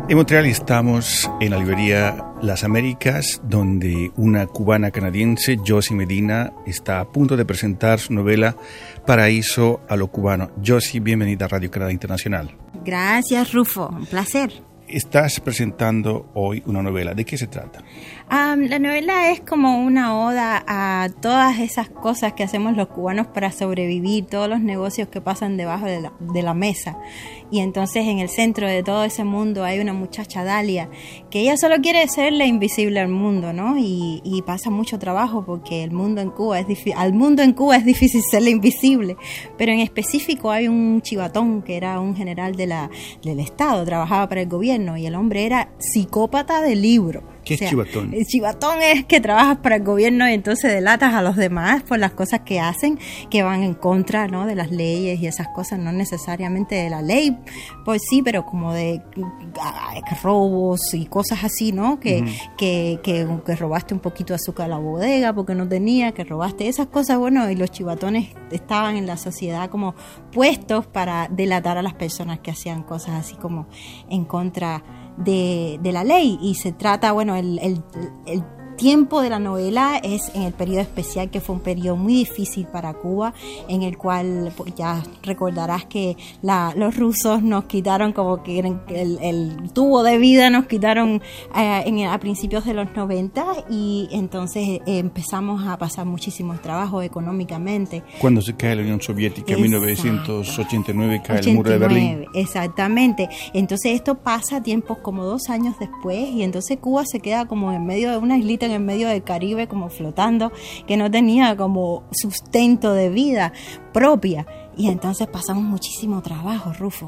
En Montreal estamos en la librería Las Américas, donde una cubana canadiense, Josie Medina, está a punto de presentar su novela Paraíso a lo cubano. Josie, bienvenida a Radio Canadá Internacional. Gracias, Rufo. Un placer. Estás presentando hoy una novela. ¿De qué se trata? La novela es como una oda a todas esas cosas que hacemos los cubanos para sobrevivir, todos los negocios que pasan debajo de la mesa. Y entonces en el centro de todo ese mundo hay una muchacha, Dalia, que ella solo quiere ser la invisible al mundo, ¿no? Y pasa mucho trabajo porque al mundo en Cuba es difícil serle invisible. Pero en específico hay un chivatón que era un general del Estado, trabajaba para el gobierno, y el hombre era psicópata de libro. ¿Qué es chivatón? El chivatón es que trabajas para el gobierno y entonces delatas a los demás por las cosas que hacen, que van en contra, ¿no?, de las leyes y esas cosas, no necesariamente de la ley, pues sí, pero como de robos y cosas así, ¿no? Que robaste un poquito de azúcar a la bodega porque no tenía, que robaste esas cosas, bueno, y los chivatones estaban en la sociedad como puestos para delatar a las personas que hacían cosas así como en contra de la ley. Y se trata, bueno, el tiempo de la novela es en el periodo especial, que fue un periodo muy difícil para Cuba, en el cual pues, ya recordarás que los rusos nos quitaron como que el tubo de vida, nos quitaron a principios de los 90, y entonces empezamos a pasar muchísimos trabajos económicamente. Cuando se cae la Unión Soviética en 1989, cae el muro de Berlín. Exactamente. Entonces esto pasa tiempos como 2 años después, y entonces Cuba se queda como en medio de una islita en el medio del Caribe, como flotando, que no tenía como sustento de vida propia, y entonces pasamos muchísimo trabajo, Rufo,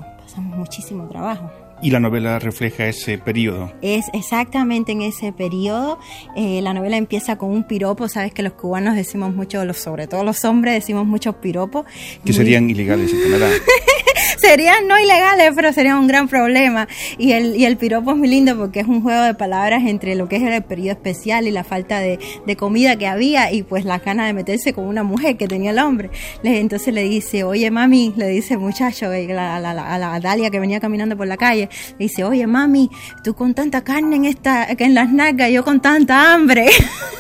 Y la novela refleja ese periodo. Es exactamente en ese periodo. La novela empieza con un piropo. Sabes que los cubanos decimos mucho, sobre todo los hombres, decimos muchos piropos. Que serían ilegales en Canadá. Serían no ilegales, pero serían un gran problema. Y el piropo es muy lindo porque es un juego de palabras entre lo que es el periodo especial y la falta de comida que había, y pues las ganas de meterse con una mujer que tenía el hombre. Entonces le dice, oye mami, le dice el muchacho a la Dalia, que venía caminando por la calle, le dice, oye mami, tú con tanta carne en las nalgas, yo con tanta hambre.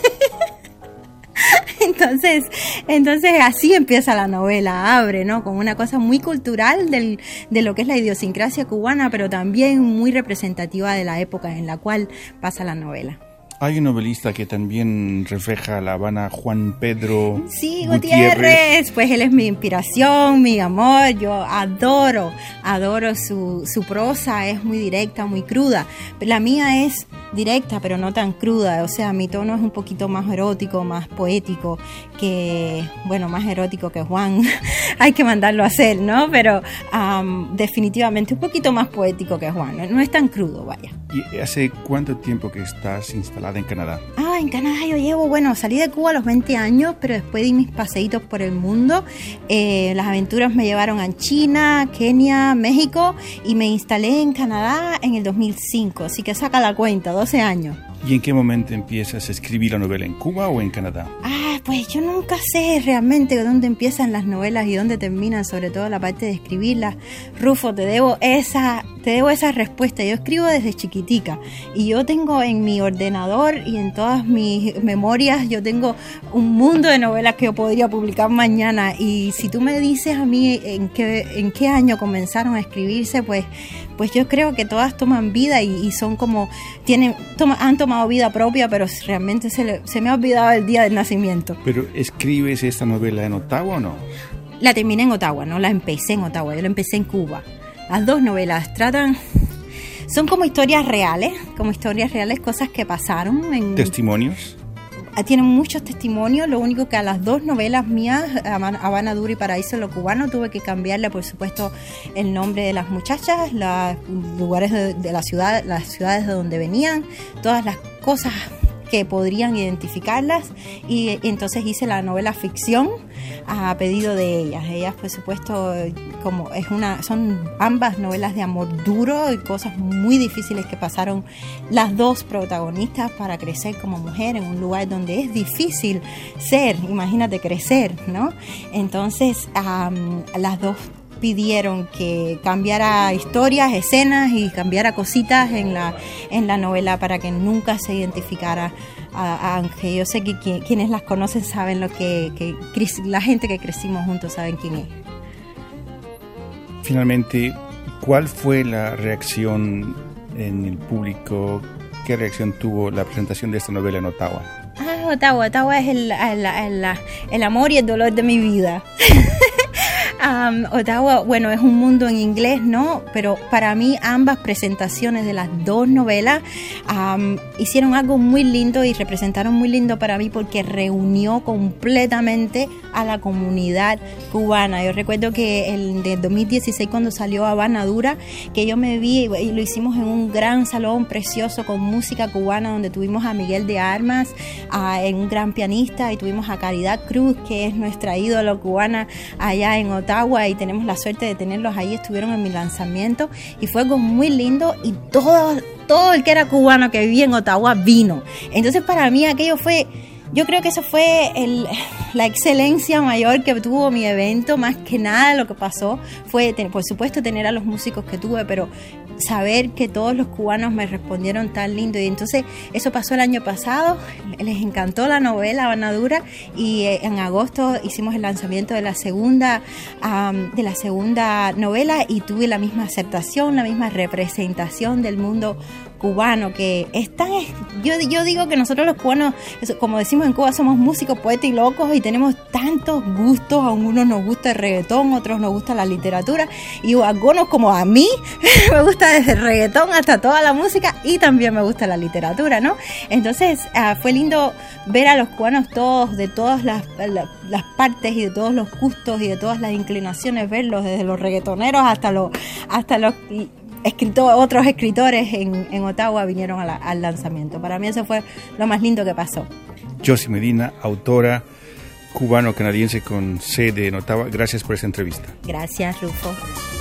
Entonces así empieza la novela, abre, ¿no?, con una cosa muy cultural de lo que es la idiosincrasia cubana, pero también muy representativa de la época en la cual pasa la novela. Hay un novelista que también refleja La Habana, Juan Pedro Gutiérrez. Pues él es mi inspiración, mi amor. Yo adoro su prosa, es muy directa, muy cruda. La mía es directa, pero no tan cruda. O sea, mi tono es un poquito más erótico, más poético, más erótico que Juan. Hay que mandarlo a hacer, ¿no? Pero definitivamente un poquito más poético que Juan. No es tan crudo, vaya. ¿Y hace cuánto tiempo que estás instalada en Canadá? En Canadá salí de Cuba a los 20 años, pero después di mis paseitos por el mundo. Las aventuras me llevaron a China, Kenia, México, y me instalé en Canadá en el 2005, así que saca la cuenta, 12 años. ¿Y en qué momento empiezas a escribir la novela, en Cuba o en Canadá? Pues yo nunca sé realmente dónde empiezan las novelas y dónde terminan, sobre todo la parte de escribirlas. Rufo, te debo esa respuesta. Yo escribo desde chiquitica, y yo tengo en mi ordenador y en todas mis memorias, yo tengo un mundo de novelas que yo podría publicar mañana. Y si tú me dices a mí en qué año comenzaron a escribirse, pues yo creo que todas toman vida y son como han tomado vida propia, pero realmente se me ha olvidado el día del nacimiento. ¿Pero escribes esta novela en Ottawa o no? La terminé en Ottawa, no la empecé en Ottawa, yo la empecé en Cuba. Las dos novelas son como historias reales, cosas que pasaron. ¿Testimonios? Tienen muchos testimonios. Lo único que a las dos novelas mías, Habana Dura y Paraíso lo cubano, tuve que cambiarle, por supuesto, el nombre de las muchachas, los lugares de la ciudad, las ciudades de donde venían, todas las cosas que podrían identificarlas, y entonces hice la novela ficción a pedido de ellas. Ellas, por supuesto, como son ambas novelas de amor duro y cosas muy difíciles que pasaron las dos protagonistas para crecer como mujer en un lugar donde es difícil imagínate crecer, ¿no? Entonces las dos pidieron que cambiara historias, escenas y cambiara cositas en la novela para que nunca se identificara a Ángel. Yo sé que quienes las conocen saben lo que la gente que crecimos juntos saben quién es. Finalmente, ¿cuál fue la reacción en el público? ¿Qué reacción tuvo la presentación de esta novela en Ottawa? Ottawa es el amor y el dolor de mi vida. Ottawa, bueno, es un mundo en inglés, ¿no? Pero para mí ambas presentaciones de las dos novelas hicieron algo muy lindo y representaron muy lindo para mí porque reunió completamente a la comunidad cubana. Yo recuerdo que el de 2016 cuando salió Habana Dura, que yo me vi y lo hicimos en un gran salón precioso con música cubana donde tuvimos a Miguel de Armas, un gran pianista, y tuvimos a Caridad Cruz, que es nuestra ídolo cubana allá en Ottawa, y tenemos la suerte de tenerlos ahí. Estuvieron en mi lanzamiento y fue algo muy lindo y todo el que era cubano que vivía en Ottawa vino. Entonces para mí aquello fue, yo creo que eso fue la excelencia mayor que tuvo mi evento. Más que nada lo que pasó fue, por supuesto, tener a los músicos que tuve, pero saber que todos los cubanos me respondieron tan lindo. Y entonces eso pasó el año pasado, les encantó la novela Habana Dura, y en agosto hicimos el lanzamiento de la segunda novela y tuve la misma aceptación, la misma representación del mundo cubano, que es tan... Yo digo que nosotros los cubanos, como decimos en Cuba, somos músicos, poetas y locos, y tenemos tantos gustos. A unos nos gusta el reggaetón, a otros nos gusta la literatura, y a algunos, como a mí, me gusta desde el reggaetón hasta toda la música, y también me gusta la literatura, ¿no? Entonces fue lindo ver a los cubanos todos, de todas las partes y de todos los gustos y de todas las inclinaciones, verlos desde los reggaetoneros hasta los otros escritores en Ottawa vinieron al lanzamiento. Para mí eso fue lo más lindo que pasó. Josie Medina, autora cubano-canadiense con sede en Ottawa, gracias por esta entrevista. Gracias, Rufo.